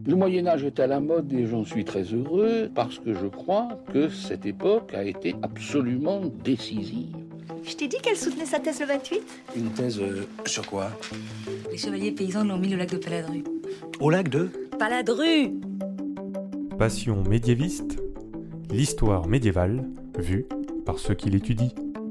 Le Moyen-Âge est à la mode et j'en suis très heureux parce que je crois que cette époque a été absolument décisive. Je t'ai dit qu'elle soutenait sa thèse le 28 ? Une thèse sur quoi ? Les chevaliers paysans l'ont mis au lac de Paladru. Au lac de Paladru ! Passion médiéviste, l'histoire médiévale vue par ceux qui l'étudient.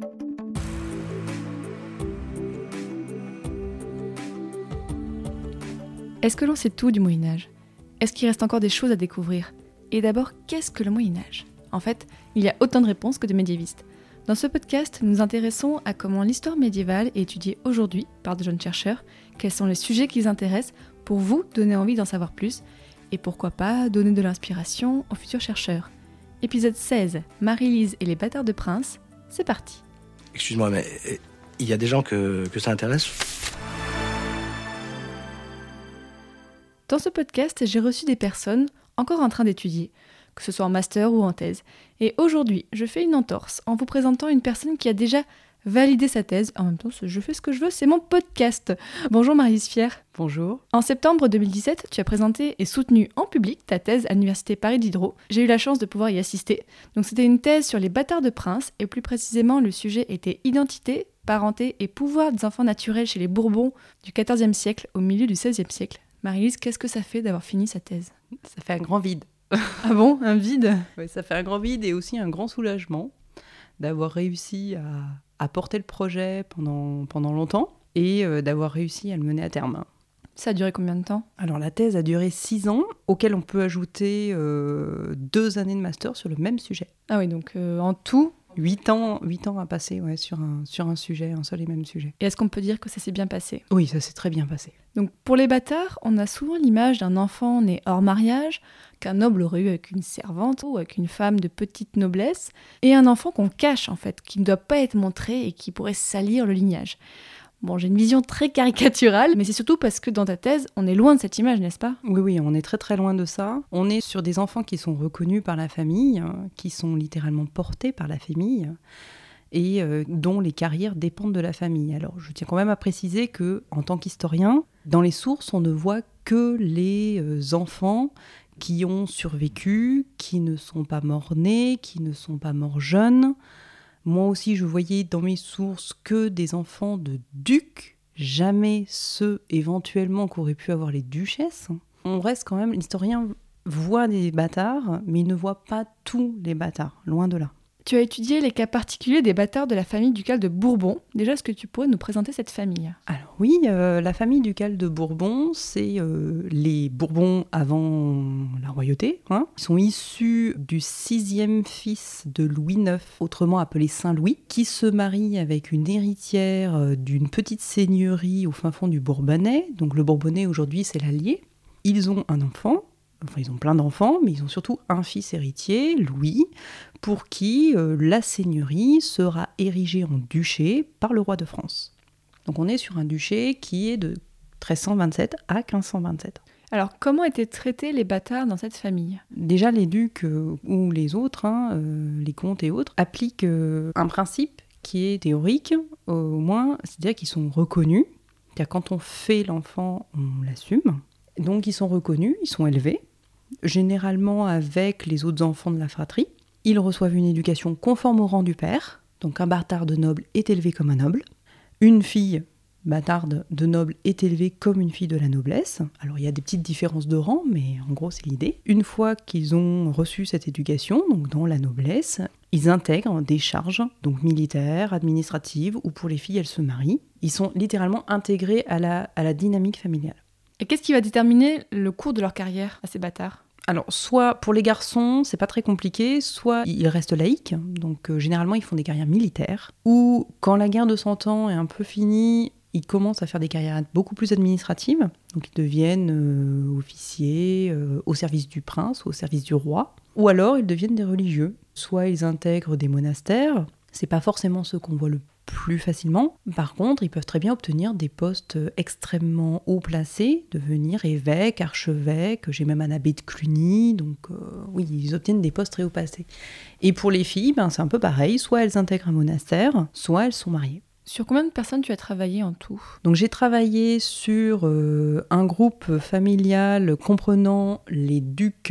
Est-ce que l'on sait tout du Moyen-Âge ? Est-ce qu'il reste encore des choses à découvrir ? Et d'abord, qu'est-ce que le Moyen-Âge ? En fait, il y a autant de réponses que de médiévistes. Dans ce podcast, nous nous intéressons à comment l'histoire médiévale est étudiée aujourd'hui par de jeunes chercheurs, quels sont les sujets qui les intéressent, pour vous donner envie d'en savoir plus, et pourquoi pas donner de l'inspiration aux futurs chercheurs. Épisode 16, Marie-Lise et les bâtards de princes, c'est parti. Excuse-moi, mais il y a des gens que ça intéresse ? Dans ce podcast, j'ai reçu des personnes encore en train d'étudier, que ce soit en master ou en thèse. Et aujourd'hui, je fais une entorse en vous présentant une personne qui a déjà validé sa thèse. En même temps, je fais ce que je veux, c'est mon podcast. Bonjour Marie-Lise Fière. Bonjour. En septembre 2017, tu as présenté et soutenu en public ta thèse à l'Université Paris Diderot. J'ai eu la chance de pouvoir y assister. Donc c'était une thèse sur les bâtards de princes, et plus précisément, le sujet était identité, parenté et pouvoir des enfants naturels chez les Bourbons du XIVe siècle au milieu du XVIe siècle. Marie-Lise, qu'est-ce que ça fait d'avoir fini sa thèse ? Ça fait un grand vide. Ah bon, un vide ? Oui, ça fait un grand vide et aussi un grand soulagement d'avoir réussi à porter le projet pendant longtemps et d'avoir réussi à le mener à terme. Ça a duré combien de temps ? Alors la thèse a duré 6 ans, auxquels on peut ajouter 2 années de master sur le même sujet. Ah oui, donc en tout 8 ans à passer sur un sujet, un seul et même sujet. Et est-ce qu'on peut dire que ça s'est bien passé ? Oui, ça s'est très bien passé. Donc pour les bâtards, on a souvent l'image d'un enfant né hors mariage, qu'un noble aurait eu avec une servante ou avec une femme de petite noblesse, et un enfant qu'on cache en fait, qui ne doit pas être montré et qui pourrait salir le lignage. Bon, j'ai une vision très caricaturale, mais c'est surtout parce que dans ta thèse, on est loin de cette image, n'est-ce pas ? Oui, on est très très loin de ça. On est sur des enfants qui sont reconnus par la famille, qui sont littéralement portés par la famille, et dont les carrières dépendent de la famille. Alors, je tiens quand même à préciser que, en tant qu'historien, dans les sources, on ne voit que les enfants qui ont survécu, qui ne sont pas morts-nés, qui ne sont pas morts jeunes. Moi aussi, je voyais dans mes sources que des enfants de ducs, jamais ceux éventuellement qu'auraient pu avoir les duchesses. On reste quand même, l'historien voit des bâtards, mais il ne voit pas tous les bâtards, loin de là. Tu as étudié les cas particuliers des bâtards de la famille ducale de Bourbon. Déjà, est-ce que tu pourrais nous présenter cette famille ? Alors oui, la famille ducale de Bourbon, c'est les Bourbons avant la royauté. Ils sont issus du 6e fils de Louis IX, autrement appelé Saint-Louis, qui se marie avec une héritière d'une petite seigneurie au fin fond du Bourbonnais. Donc le Bourbonnais, aujourd'hui, c'est l'Allier. Ils ont un enfant. Enfin, ils ont plein d'enfants, mais ils ont surtout un fils héritier, Louis, pour qui la seigneurie sera érigée en duché par le roi de France. Donc on est sur un duché qui est de 1327 à 1527. Alors, comment étaient traités les bâtards dans cette famille ? Déjà, les ducs ou les autres, les comtes et autres, appliquent un principe qui est théorique, au moins, c'est-à-dire qu'ils sont reconnus. C'est-à-dire quand on fait l'enfant, on l'assume. Donc ils sont reconnus, ils sont élevés, généralement avec les autres enfants de la fratrie. Ils reçoivent une éducation conforme au rang du père, donc un bâtard de noble est élevé comme un noble. Une fille bâtarde de noble est élevée comme une fille de la noblesse. Alors il y a des petites différences de rang, mais en gros c'est l'idée. Une fois qu'ils ont reçu cette éducation, donc dans la noblesse, ils intègrent des charges, donc militaires, administratives, ou pour les filles elles se marient. Ils sont littéralement intégrés à la dynamique familiale. Et qu'est-ce qui va déterminer le cours de leur carrière à ces bâtards ? Alors, soit pour les garçons, c'est pas très compliqué, soit ils restent laïcs, donc généralement ils font des carrières militaires, ou quand la guerre de 100 ans est un peu finie, ils commencent à faire des carrières beaucoup plus administratives, donc ils deviennent officiers au service du prince, au service du roi, ou alors ils deviennent des religieux. Soit ils intègrent des monastères, c'est pas forcément ceux qu'on voit le plus facilement. Par contre, ils peuvent très bien obtenir des postes extrêmement haut placés, devenir évêque, archevêque, j'ai même un abbé de Cluny, donc oui, ils obtiennent des postes très haut placés. Et pour les filles, c'est un peu pareil, soit elles intègrent un monastère, soit elles sont mariées. Sur combien de personnes tu as travaillé en tout ? Donc j'ai travaillé sur un groupe familial comprenant les ducs,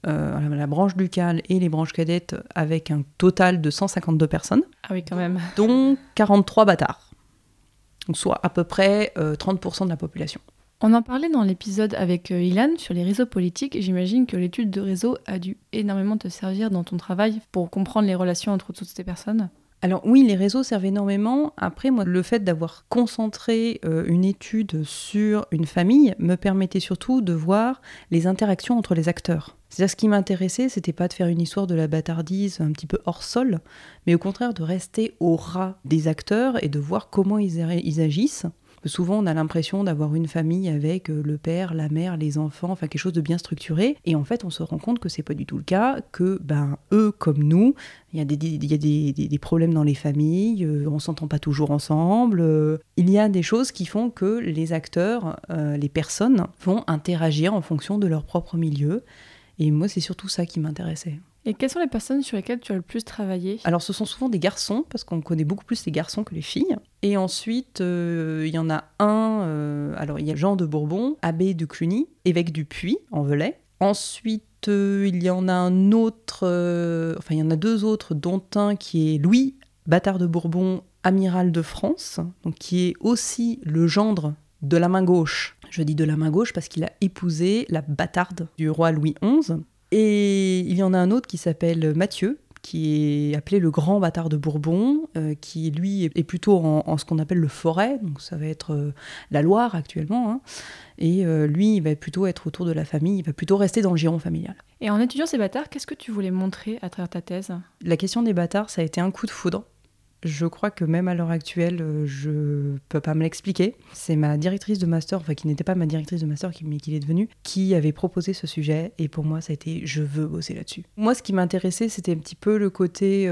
la branche ducale et les branches cadettes, avec un total de 152 personnes, Ah oui, quand même. dont 43 bâtards. Donc soit à peu près 30% de la population. On en parlait dans l'épisode avec Ilan sur les réseaux politiques. J'imagine que l'étude de réseau a dû énormément te servir dans ton travail pour comprendre les relations entre toutes ces personnes. Alors oui, les réseaux servent énormément. Après, moi, le fait d'avoir concentré une étude sur une famille me permettait surtout de voir les interactions entre les acteurs. C'est-à-dire, ce qui m'intéressait, c'était pas de faire une histoire de la bâtardise un petit peu hors sol, mais au contraire de rester au ras des acteurs et de voir comment ils agissent. Souvent, on a l'impression d'avoir une famille avec le père, la mère, les enfants, enfin quelque chose de bien structuré. Et en fait, on se rend compte que c'est pas du tout le cas, que eux, comme nous, il y a des problèmes dans les familles, on s'entend pas toujours ensemble. Il y a des choses qui font que les acteurs, les personnes, vont interagir en fonction de leur propre milieu. Et moi, c'est surtout ça qui m'intéressait. Et quelles sont les personnes sur lesquelles tu as le plus travaillé ? Alors, ce sont souvent des garçons, parce qu'on connaît beaucoup plus les garçons que les filles. Et ensuite, il y en a un... alors, il y a Jean de Bourbon, abbé de Cluny, évêque du Puy, en Velay. Ensuite, il y en a un autre... il y en a deux autres, dont un qui est Louis, bâtard de Bourbon, amiral de France, donc qui est aussi le gendre de la main gauche. Je dis de la main gauche parce qu'il a épousé la bâtarde du roi Louis XI. Et il y en a un autre qui s'appelle Mathieu, qui est appelé le grand bâtard de Bourbon, qui lui est plutôt en ce qu'on appelle le Forêt, donc ça va être la Loire actuellement, hein. Et lui, il va plutôt être autour de la famille, il va plutôt rester dans le giron familial. Et en étudiant ces bâtards, qu'est-ce que tu voulais montrer à travers ta thèse ? La question des bâtards, ça a été un coup de foudre. Je crois que même à l'heure actuelle, je peux pas me l'expliquer. C'est ma directrice de master, enfin qui n'était pas ma directrice de master, mais qui l'est devenue, qui avait proposé ce sujet. Et pour moi, ça a été « je veux bosser là-dessus ». Moi, ce qui m'intéressait, c'était un petit peu le côté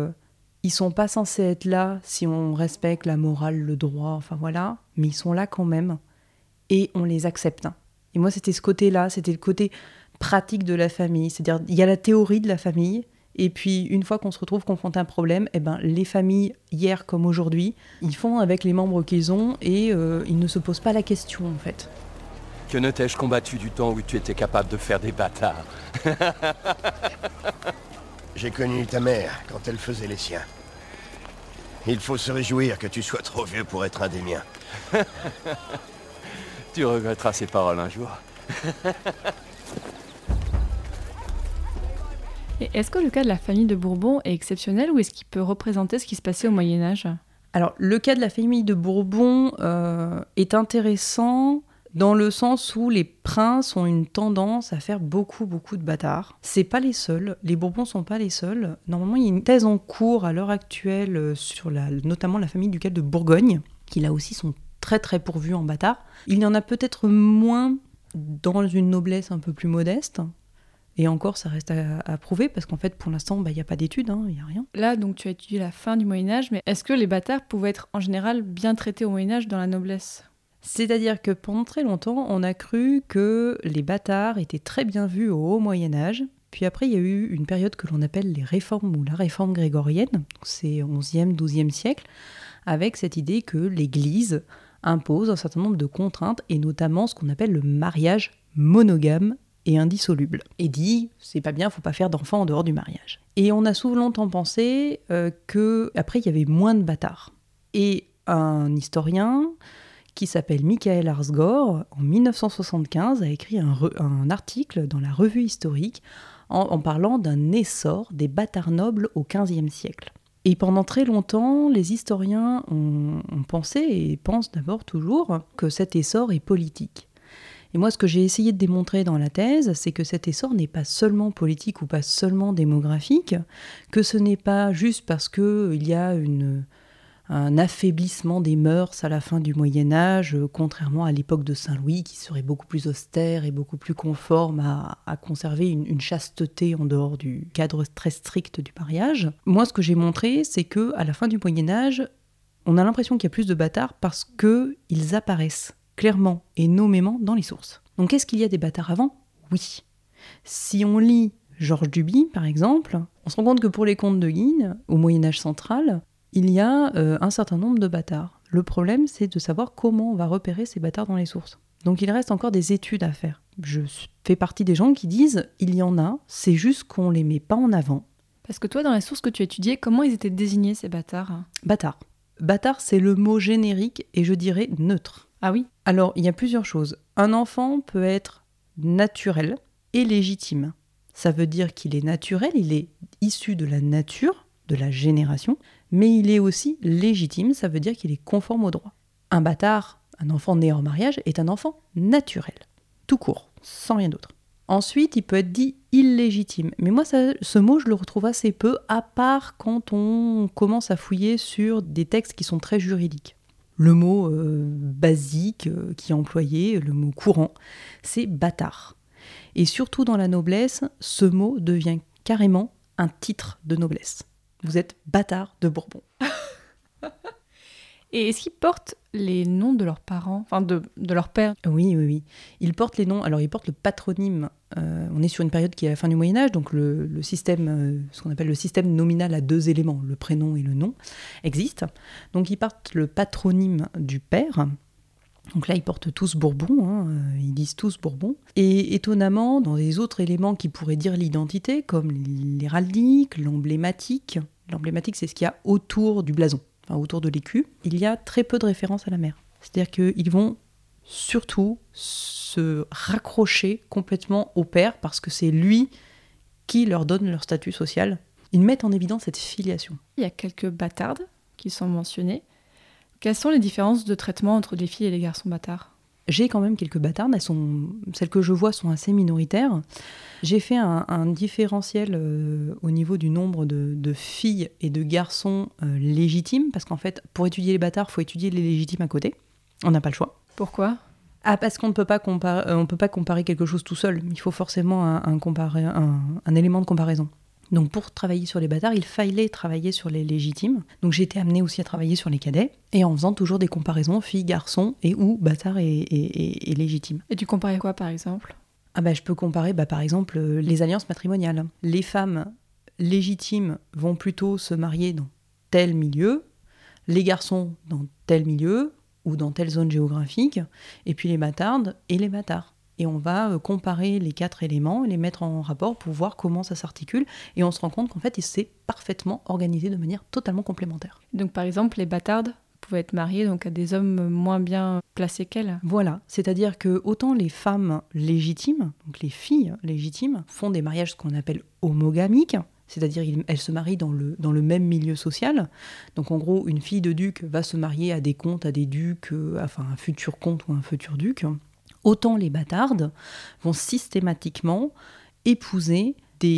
ils sont pas censés être là si on respecte la morale, le droit, enfin voilà. Mais ils sont là quand même. Et on les accepte. Et moi, c'était ce côté-là, c'était le côté pratique de la famille. C'est-à-dire, il y a la théorie de la famille. Et puis, une fois qu'on se retrouve confronté à un problème, les familles, hier comme aujourd'hui, ils font avec les membres qu'ils ont et ils ne se posent pas la question, en fait. Que ne t'ai-je combattu du temps où tu étais capable de faire des bâtards ? J'ai connu ta mère quand elle faisait les siens. Il faut se réjouir que tu sois trop vieux pour être un des miens. Tu regretteras ces paroles un jour. Et est-ce que le cas de la famille de Bourbon est exceptionnel ou est-ce qu'il peut représenter ce qui se passait au Moyen-Âge ? Alors, le cas de la famille de Bourbon est intéressant dans le sens où les princes ont une tendance à faire beaucoup de bâtards. C'est pas les seuls, les Bourbons sont pas les seuls. Normalement, il y a une thèse en cours à l'heure actuelle sur notamment la famille ducale de Bourgogne, qui là aussi sont très pourvus en bâtards. Il y en a peut-être moins dans une noblesse un peu plus modeste. Et encore, ça reste à prouver, parce qu'en fait, pour l'instant, il n'y a pas d'études, il n'y a rien. Là, donc, tu as étudié la fin du Moyen-Âge, mais est-ce que les bâtards pouvaient être, en général, bien traités au Moyen-Âge dans la noblesse ? C'est-à-dire que pendant très longtemps, on a cru que les bâtards étaient très bien vus au Haut Moyen-Âge. Puis après, il y a eu une période que l'on appelle les réformes ou la réforme grégorienne, c'est 11e, 12e siècle, avec cette idée que l'Église impose un certain nombre de contraintes, et notamment ce qu'on appelle le mariage monogame et indissoluble. Et dit, c'est pas bien, faut pas faire d'enfants en dehors du mariage. Et on a souvent longtemps pensé qu'après, il y avait moins de bâtards. Et un historien qui s'appelle Michael Arsgaard, en 1975, a écrit un article dans la Revue historique en parlant d'un essor des bâtards nobles au XVe siècle. Et pendant très longtemps, les historiens ont pensé, et pensent d'abord toujours, que cet essor est politique. Et moi, ce que j'ai essayé de démontrer dans la thèse, c'est que cet essor n'est pas seulement politique ou pas seulement démographique, que ce n'est pas juste parce qu'il y a un affaiblissement des mœurs à la fin du Moyen-Âge, contrairement à l'époque de Saint-Louis, qui serait beaucoup plus austère et beaucoup plus conforme à conserver une chasteté en dehors du cadre très strict du mariage. Moi, ce que j'ai montré, c'est qu'à la fin du Moyen-Âge, on a l'impression qu'il y a plus de bâtards parce qu'ils apparaissent clairement et nommément dans les sources. Donc, est-ce qu'il y a des bâtards avant ? Oui. Si on lit Georges Duby, par exemple, on se rend compte que pour les comtes de Guignes, au Moyen-Âge central, il y a un certain nombre de bâtards. Le problème, c'est de savoir comment on va repérer ces bâtards dans les sources. Donc il reste encore des études à faire. Je fais partie des gens qui disent « il y en a, c'est juste qu'on les met pas en avant ». Parce que toi, dans les sources que tu étudiais, comment ils étaient désignés, ces bâtards ? Bâtard. Bâtard, c'est le mot générique et je dirais neutre. Ah oui ? Alors, il y a plusieurs choses. Un enfant peut être naturel et légitime. Ça veut dire qu'il est naturel, il est issu de la nature, de la génération, mais il est aussi légitime, ça veut dire qu'il est conforme au droit. Un bâtard, un enfant né hors mariage, est un enfant naturel, tout court, sans rien d'autre. Ensuite, il peut être dit illégitime. Mais moi, ce mot, je le retrouve assez peu, à part quand on commence à fouiller sur des textes qui sont très juridiques. Le mot basique qui est employé, le mot courant, c'est bâtard. Et surtout dans la noblesse, ce mot devient carrément un titre de noblesse. Vous êtes bâtard de Bourbon. Et est-ce qu'ils portent les noms de leurs parents, enfin de leur père ? Oui. Ils portent les noms, alors ils portent le patronyme. On est sur une période qui est à la fin du Moyen-Âge, donc le système, ce qu'on appelle le système nominal à 2 éléments, le prénom et le nom, existe. Donc ils portent le patronyme du père. Donc là, ils portent tous Bourbon, ils disent tous Bourbon. Et étonnamment, dans les autres éléments qui pourraient dire l'identité, comme l'héraldique, l'emblématique, c'est ce qu'il y a autour du blason. Enfin, autour de l'écu, il y a très peu de références à la mère. C'est-à-dire qu'ils vont surtout se raccrocher complètement au père parce que c'est lui qui leur donne leur statut social. Ils mettent en évidence cette filiation. Il y a quelques bâtardes qui sont mentionnées. Quelles sont les différences de traitement entre les filles et les garçons bâtards ? J'ai quand même quelques bâtardes, celles que je vois sont assez minoritaires. J'ai fait un différentiel au niveau du nombre de filles et de garçons légitimes, parce qu'en fait, pour étudier les bâtards, il faut étudier les légitimes à côté. On n'a pas le choix. Pourquoi ? Parce qu'on ne peut pas comparer quelque chose tout seul. Il faut forcément un élément de comparaison. Donc pour travailler sur les bâtards, il fallait travailler sur les légitimes. Donc j'ai été amenée aussi à travailler sur les cadets, et en faisant toujours des comparaisons filles-garçons, et où bâtards et légitimes. Et tu comparais quoi par exemple ? Je peux comparer par exemple les alliances matrimoniales. Les femmes légitimes vont plutôt se marier dans tel milieu, les garçons dans tel milieu, ou dans telle zone géographique, et puis les bâtardes et les bâtards. Et on va comparer les 4 éléments, les mettre en rapport pour voir comment ça s'articule. Et on se rend compte qu'en fait, c'est parfaitement organisé de manière totalement complémentaire. Donc par exemple, les bâtardes pouvaient être mariées donc, à des hommes moins bien placés qu'elles. Voilà, c'est-à-dire que autant les femmes légitimes, donc les filles légitimes, font des mariages ce qu'on appelle homogamiques, c'est-à-dire elles se marient dans le même milieu social. Donc en gros, une fille de duc va se marier à des comtes, à des ducs, enfin un futur comte ou un futur duc. Autant les bâtardes vont systématiquement épouser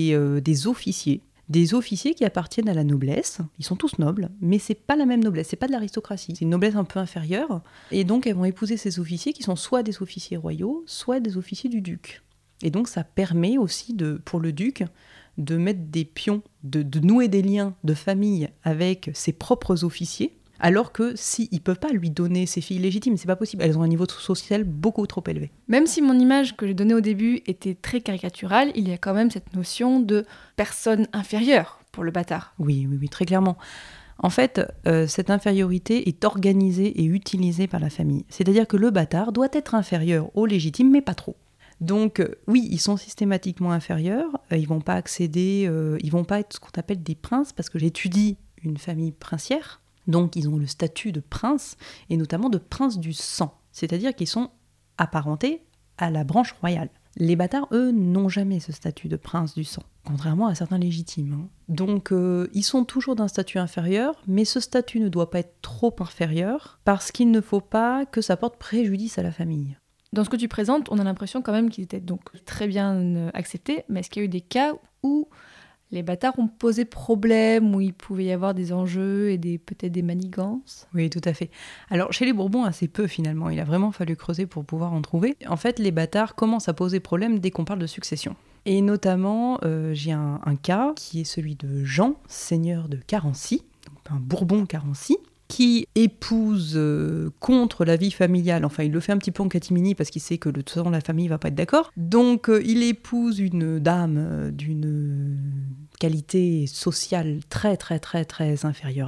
des officiers qui appartiennent à la noblesse. Ils sont tous nobles, mais c'est pas la même noblesse, c'est pas de l'aristocratie, c'est une noblesse un peu inférieure. Et donc elles vont épouser ces officiers qui sont soit des officiers royaux, soit des officiers du duc. Et donc ça permet aussi pour le duc de mettre des pions, de nouer des liens de famille avec ses propres officiers. Alors que s'ils ne peuvent pas lui donner ses filles légitimes, c'est pas possible. Elles ont un niveau social beaucoup trop élevé. Même si mon image que j'ai donnée au début était très caricaturale, il y a quand même cette notion de personne inférieure pour le bâtard. Oui, très clairement. En fait, cette infériorité est organisée et utilisée par la famille. C'est-à-dire que le bâtard doit être inférieur au légitime, mais pas trop. Donc oui, ils sont systématiquement inférieurs. Ils vont pas accéder, ils vont pas être ce qu'on appelle des princes, parce que j'étudie une famille princière. Donc ils ont le statut de prince, et notamment de prince du sang, c'est-à-dire qu'ils sont apparentés à la branche royale. Les bâtards, eux, n'ont jamais ce statut de prince du sang, contrairement à certains légitimes. Donc ils sont toujours d'un statut inférieur, mais ce statut ne doit pas être trop inférieur, parce qu'il ne faut pas que ça porte préjudice à la famille. Dans ce que tu présentes, on a l'impression quand même qu'ils étaient donc très bien acceptés, mais est-ce qu'il y a eu des cas où les bâtards ont posé problème, où il pouvait y avoir des enjeux et peut-être des manigances ? Oui, tout à fait. Alors, chez les Bourbons, assez peu finalement. Il a vraiment fallu creuser pour pouvoir en trouver. En fait, les bâtards commencent à poser problème dès qu'on parle de succession. Et notamment, j'ai un cas qui est celui de Jean, seigneur de Carency, donc un Bourbon Carency, qui épouse contre la vie familiale. Enfin, il le fait un petit peu en catimini parce qu'il sait que de toute façon la famille va pas être d'accord. Donc, il épouse une dame d'une qualité sociale très très très très inférieure à lui.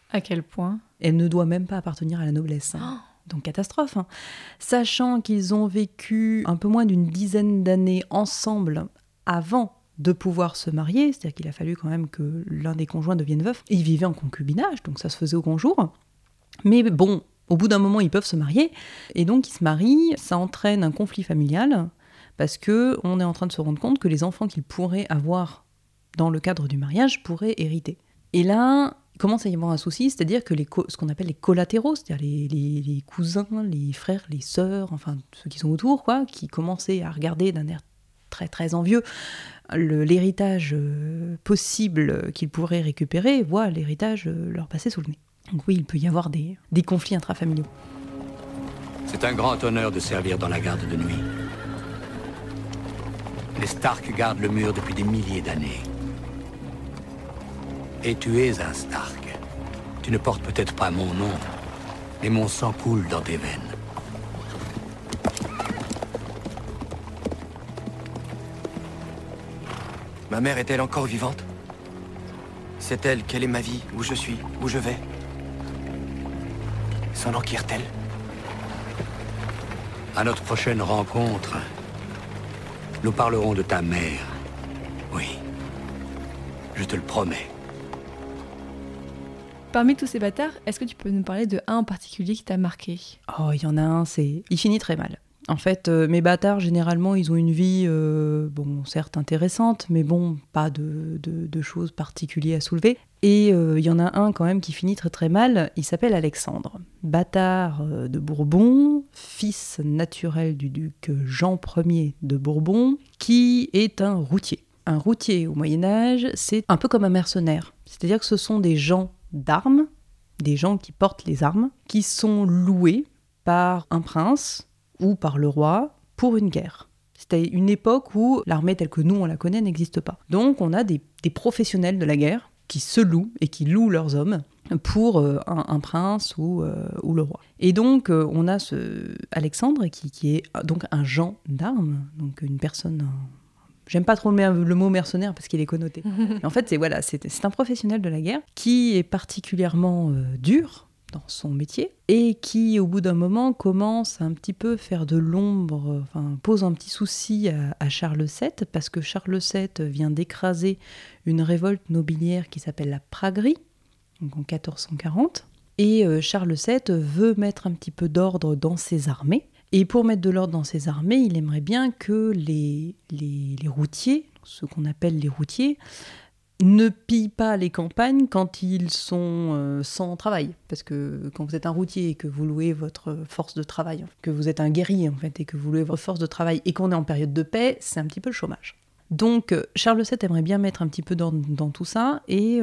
À quel point ? Elle ne doit même pas appartenir à la noblesse. Donc catastrophe. Sachant qu'ils ont vécu un peu moins d'une dizaine d'années ensemble avant de pouvoir se marier, c'est-à-dire qu'il a fallu quand même que l'un des conjoints devienne veuf. Ils vivaient en concubinage, donc ça se faisait au grand jour. Mais bon, au bout d'un moment, ils peuvent se marier. Et donc ils se marient, ça entraîne un conflit familial, parce qu'on est en train de se rendre compte que les enfants qu'ils pourraient avoir dans le cadre du mariage pourraient hériter. Et là, il commence à y avoir un souci, c'est-à-dire que ce qu'on appelle les collatéraux, c'est-à-dire les cousins, les frères, les sœurs, enfin ceux qui sont autour, quoi, qui commençaient à regarder d'un air très très envieux l'héritage possible qu'ils pourraient récupérer, voient l'héritage leur passer sous le nez. Donc oui, il peut y avoir des conflits intrafamiliaux. C'est un grand honneur de servir dans la garde de nuit. Les Stark gardent le mur depuis des milliers d'années. Et tu es un Stark. Tu ne portes peut-être pas mon nom, mais mon sang coule dans tes veines. Ma mère est-elle encore vivante? C'est elle, quelle est ma vie, où je suis, où je vais? S'en enquire-t-elle? À notre prochaine rencontre, nous parlerons de ta mère. Oui, je te le promets. Parmi tous ces bâtards, est-ce que tu peux nous parler de un en particulier qui t'a marqué ? Oh, il y en a un, il finit très mal. En fait, mes bâtards, généralement, ils ont une vie, certes intéressante, mais bon, pas de choses particulières à soulever. Et il y en a un quand même qui finit très très mal, il s'appelle Alexandre. Bâtard de Bourbon, fils naturel du duc Jean Ier de Bourbon, qui est un routier. Un routier au Moyen-Âge, c'est un peu comme un mercenaire. C'est-à-dire que ce sont des gens d'armes, des gens qui portent les armes, qui sont loués par un prince ou par le roi pour une guerre. C'était une époque où l'armée telle que nous on la connaît n'existe pas. Donc on a des professionnels de la guerre qui se louent et qui louent leurs hommes pour un prince ou le roi. Et donc on a ce Alexandre qui est donc un gens d'armes, donc une personne... J'aime pas trop le mot mercenaire parce qu'il est connoté. Mais en fait, c'est un professionnel de la guerre qui est particulièrement dur dans son métier et qui, au bout d'un moment, commence à un petit peu faire de l'ombre, pose un petit souci à Charles VII parce que Charles VII vient d'écraser une révolte nobiliaire qui s'appelle la Praguerie, donc en 1440. Et Charles VII veut mettre un petit peu d'ordre dans ses armées. Et pour mettre de l'ordre dans ses armées, il aimerait bien que les routiers, ce qu'on appelle les routiers, ne pillent pas les campagnes quand ils sont sans travail. Parce que quand vous êtes un routier et que vous louez votre force de travail, que vous êtes un guerrier en fait, et que vous louez votre force de travail et qu'on est en période de paix, c'est un petit peu le chômage. Donc Charles VII aimerait bien mettre un petit peu d'ordre dans tout ça et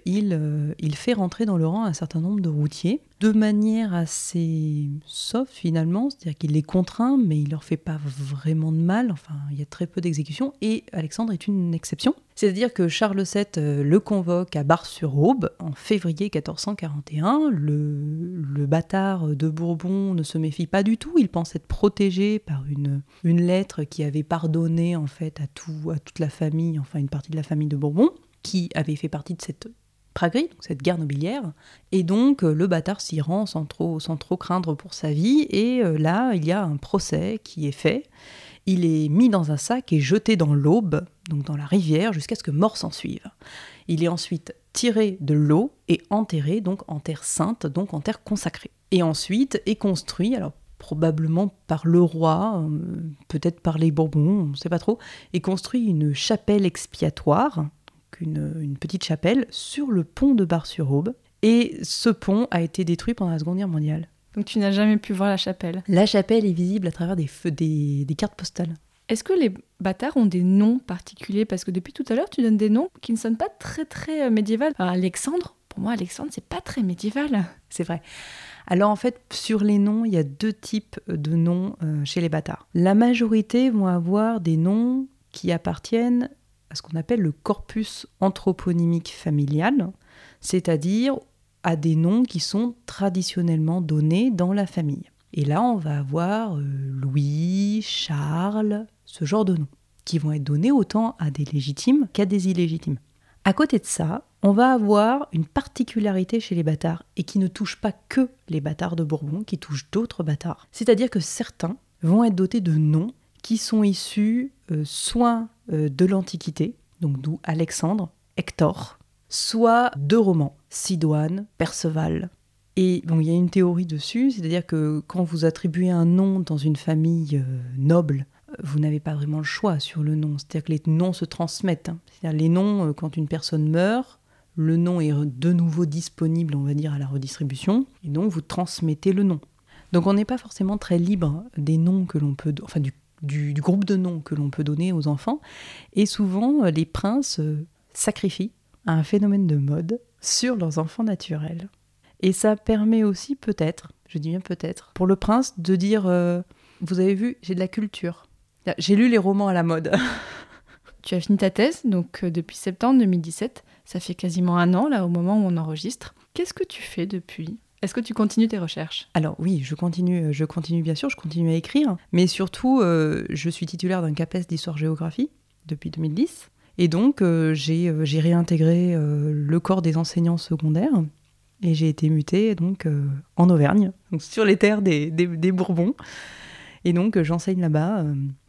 il fait rentrer dans le rang un certain nombre de routiers de manière assez soft finalement, c'est-à-dire qu'il les contraint mais il leur fait pas vraiment de mal, enfin il y a très peu d'exécutions et Alexandre est une exception. C'est-à-dire que Charles VII le convoque à Bar-sur-Aube en février 1441, le bâtard de Bourbon ne se méfie pas du tout, il pense être protégé par une lettre qui avait pardonné en fait à toute la famille, enfin une partie de la famille de Bourbon, qui avait fait partie de cette Praguerie, donc cette guerre nobiliaire, et donc le bâtard s'y rend sans trop craindre pour sa vie, et là il y a un procès qui est fait, il est mis dans un sac et jeté dans l'Aube, donc dans la rivière, jusqu'à ce que mort s'en suive. Il est ensuite tiré de l'eau et enterré, donc en terre sainte, donc en terre consacrée. Et ensuite est construit, alors probablement par le roi, peut-être par les Bourbons, on ne sait pas trop, est construit une chapelle expiatoire, une petite chapelle, sur le pont de Bar-sur-Aube. Et ce pont a été détruit pendant la Seconde Guerre mondiale. Donc tu n'as jamais pu voir la chapelle ? La chapelle est visible à travers des cartes postales. Est-ce que les bâtards ont des noms particuliers ? Parce que depuis tout à l'heure, tu donnes des noms qui ne sonnent pas très très médiéval. Alors, Alexandre, pour moi, Alexandre, c'est pas très médiéval. C'est vrai. Alors en fait, sur les noms, il y a deux types de noms chez les bâtards. La majorité vont avoir des noms qui appartiennent à ce qu'on appelle le corpus anthroponymique familial, c'est-à-dire à des noms qui sont traditionnellement donnés dans la famille. Et là, on va avoir Louis, Charles, ce genre de noms, qui vont être donnés autant à des légitimes qu'à des illégitimes. À côté de ça, on va avoir une particularité chez les bâtards, et qui ne touche pas que les bâtards de Bourbon, qui touche d'autres bâtards. C'est-à-dire que certains vont être dotés de noms qui sont issus soit de l'Antiquité, donc d'où Alexandre, Hector, soit de romans, Sidoine, Perceval. Et bon, il y a une théorie dessus, c'est-à-dire que quand vous attribuez un nom dans une famille noble, vous n'avez pas vraiment le choix sur le nom. C'est-à-dire que les noms se transmettent. C'est-à-dire les noms, quand une personne meurt, le nom est de nouveau disponible, on va dire, à la redistribution, et donc vous transmettez le nom. Donc on n'est pas forcément très libre des noms que l'on peut, enfin du groupe de noms que l'on peut donner aux enfants, et souvent les princes sacrifient à un phénomène de mode sur leurs enfants naturels. Et ça permet aussi peut-être, je dis bien peut-être, pour le prince de dire vous avez vu, j'ai de la culture. J'ai lu les romans à la mode. Tu as fini ta thèse, donc depuis septembre 2017. Ça fait quasiment 1 an, là, au moment où on enregistre. Qu'est-ce que tu fais depuis ? Est-ce que tu continues tes recherches ? Alors oui, je continue bien sûr, je continue à écrire. Mais surtout, je suis titulaire d'un CAPES d'histoire-géographie depuis 2010. Et donc, j'ai réintégré le corps des enseignants secondaires. Et j'ai été mutée donc, en Auvergne, donc sur les terres des Bourbons. Et donc, j'enseigne là-bas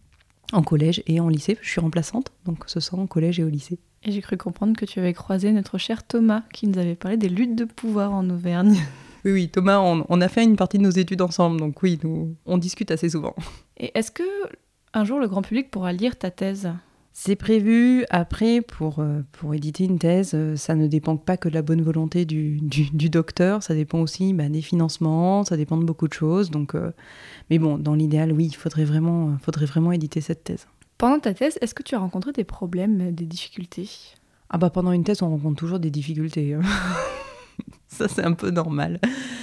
en collège et en lycée. Je suis remplaçante, donc ce soir en collège et au lycée. Et j'ai cru comprendre que tu avais croisé notre cher Thomas, qui nous avait parlé des luttes de pouvoir en Auvergne. Oui, Thomas, on a fait une partie de nos études ensemble, donc oui, on discute assez souvent. Et est-ce que un jour le grand public pourra lire ta thèse ? C'est prévu. Après, pour éditer une thèse, ça ne dépend pas que de la bonne volonté du docteur, ça dépend aussi des financements, ça dépend de beaucoup de choses. Donc, mais bon, dans l'idéal, oui, il faudrait vraiment éditer cette thèse. Pendant ta thèse, est-ce que tu as rencontré des problèmes, des difficultés ? Ah bah pendant une thèse, on rencontre toujours des difficultés. Ça, c'est un peu normal.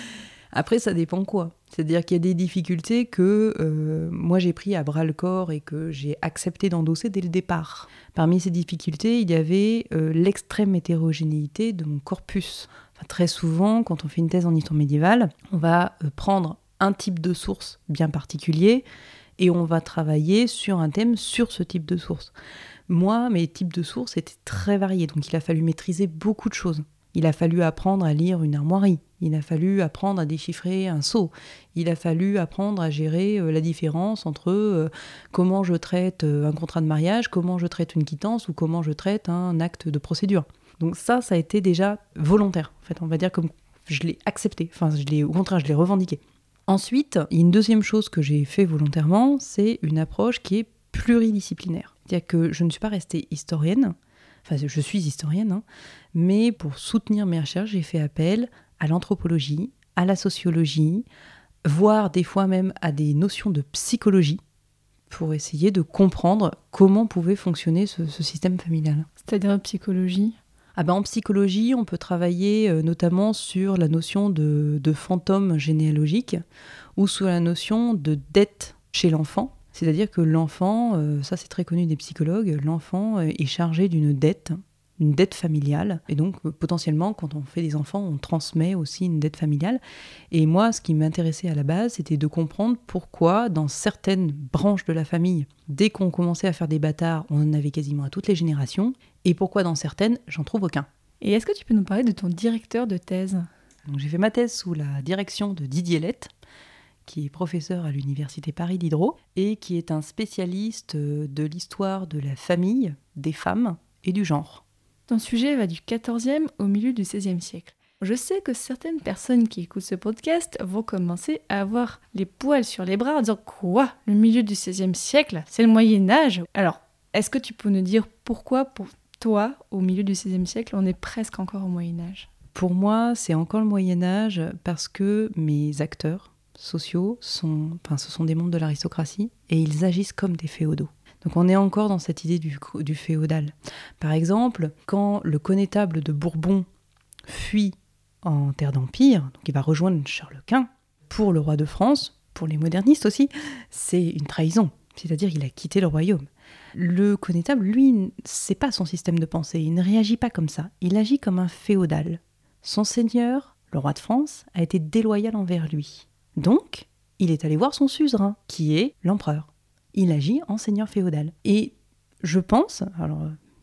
Après, ça dépend quoi. C'est-à-dire qu'il y a des difficultés que moi j'ai pris à bras-le-corps et que j'ai accepté d'endosser dès le départ. Parmi ces difficultés, il y avait l'extrême hétérogénéité de mon corpus. Enfin, très souvent, quand on fait une thèse en histoire médiévale, on va prendre un type de source bien particulier et on va travailler sur un thème sur ce type de source. Moi, mes types de sources étaient très variés, donc il a fallu maîtriser beaucoup de choses. Il a fallu apprendre à lire une armoirie, il a fallu apprendre à déchiffrer un sceau, il a fallu apprendre à gérer la différence entre comment je traite un contrat de mariage, comment je traite une quittance ou comment je traite un acte de procédure. Donc ça a été déjà volontaire. En fait, on va dire que je l'ai accepté, au contraire, je l'ai revendiqué. Ensuite, il y a une deuxième chose que j'ai fait volontairement, c'est une approche qui est pluridisciplinaire. C'est-à-dire que je ne suis pas restée historienne, je suis historienne, mais pour soutenir mes recherches, j'ai fait appel à l'anthropologie, à la sociologie, voire des fois même à des notions de psychologie, pour essayer de comprendre comment pouvait fonctionner ce système familial. C'est-à-dire psychologie ? En psychologie, on peut travailler notamment sur la notion de fantôme généalogique ou sur la notion de dette chez l'enfant. C'est-à-dire que l'enfant, ça c'est très connu des psychologues, l'enfant est chargé d'une dette familiale. Et donc potentiellement, quand on fait des enfants, on transmet aussi une dette familiale. Et moi, ce qui m'intéressait à la base, c'était de comprendre pourquoi dans certaines branches de la famille, dès qu'on commençait à faire des bâtards, on en avait quasiment à toutes les générations. Et pourquoi dans certaines, j'en trouve aucun. Et est-ce que tu peux nous parler de ton directeur de thèse ? Donc, j'ai fait ma thèse sous la direction de Didier Lett, qui est professeur à l'université Paris Diderot et qui est un spécialiste de l'histoire de la famille, des femmes et du genre. Ton sujet va du XIVe au milieu du XVIe siècle. Je sais que certaines personnes qui écoutent ce podcast vont commencer à avoir les poils sur les bras en disant « Quoi ? Le milieu du XVIe siècle ? C'est le Moyen-Âge ?» Alors, est-ce que tu peux nous dire pourquoi, pour toi, au milieu du XVIe siècle, on est presque encore au Moyen-Âge ? Pour moi, c'est encore le Moyen-Âge parce que mes acteurs sociaux ce sont des membres de l'aristocratie et ils agissent comme des féodaux. Donc on est encore dans cette idée du féodal. Par exemple, quand le connétable de Bourbon fuit en terre d'Empire, donc il va rejoindre Charles Quint, pour le roi de France, pour les modernistes aussi, c'est une trahison. C'est-à-dire qu'il a quitté le royaume. Le connétable, lui, c'est pas son système de pensée, il ne réagit pas comme ça. Il agit comme un féodal. Son seigneur, le roi de France, a été déloyal envers lui. Donc, il est allé voir son suzerain, qui est l'empereur. Il agit en seigneur féodal. Et je pense, alors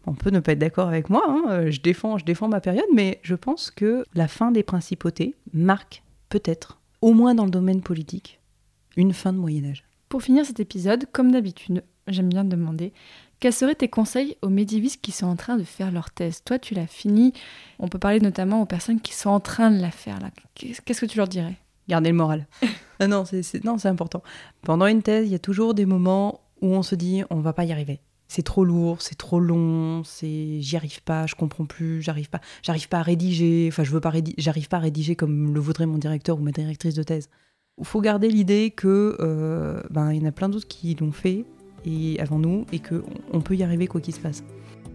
On peut ne pas être d'accord avec moi, hein, je défends ma période, mais je pense que la fin des principautés marque peut-être, au moins dans le domaine politique, une fin de Moyen-Âge. Pour finir cet épisode, comme d'habitude, j'aime bien demander quels seraient tes conseils aux médiévistes qui sont en train de faire leur thèse. Toi, tu l'as fini. On peut parler notamment aux personnes qui sont en train de la faire. Là. Qu'est-ce que tu leur dirais ? Garder le moral. Non, c'est important. Pendant une thèse, il y a toujours des moments où on se dit on va pas y arriver. C'est trop lourd, c'est trop long, j'y arrive pas, je comprends plus, j'arrive pas à rédiger, j'arrive pas à rédiger comme le voudrait mon directeur ou ma directrice de thèse. Il faut garder l'idée que il y en a plein d'autres qui l'ont fait et avant nous et qu'on peut y arriver quoi qu'il se passe.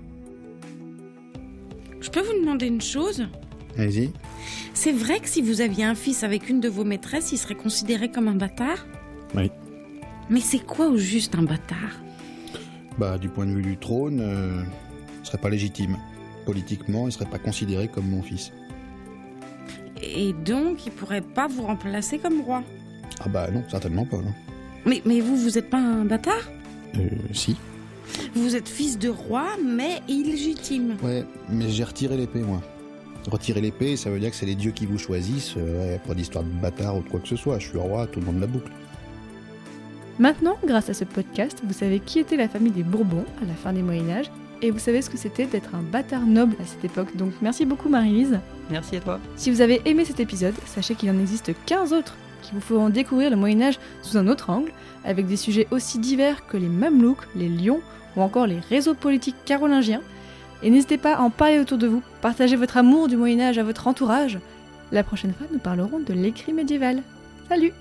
Je peux vous demander une chose ? Allez-y. C'est vrai que si vous aviez un fils avec une de vos maîtresses, il serait considéré comme un bâtard ? Oui. Mais c'est quoi au juste un bâtard ? Du point de vue du trône, il serait pas légitime. Politiquement, il serait pas considéré comme mon fils. Et donc, il pourrait pas vous remplacer comme roi ? Ah non, certainement pas, non. Mais vous êtes pas un bâtard ? Si. Vous êtes fils de roi, mais illégitime. Ouais, mais j'ai retiré l'épée, moi. Retirer l'épée, ça veut dire que c'est les dieux qui vous choisissent, pas d'histoire de bâtard ou de quoi que ce soit. Je suis roi, tout le monde la boucle. Maintenant, grâce à ce podcast, vous savez qui était la famille des Bourbons à la fin du Moyen-Âge et vous savez ce que c'était d'être un bâtard noble à cette époque. Donc merci beaucoup Marie-Lise. Merci à toi. Si vous avez aimé cet épisode, sachez qu'il en existe 15 autres qui vous feront découvrir le Moyen-Âge sous un autre angle, avec des sujets aussi divers que les Mamelouks, les lions ou encore les réseaux politiques carolingiens. Et n'hésitez pas à en parler autour de vous, partagez votre amour du Moyen-Âge à votre entourage. La prochaine fois, nous parlerons de l'écrit médiéval. Salut!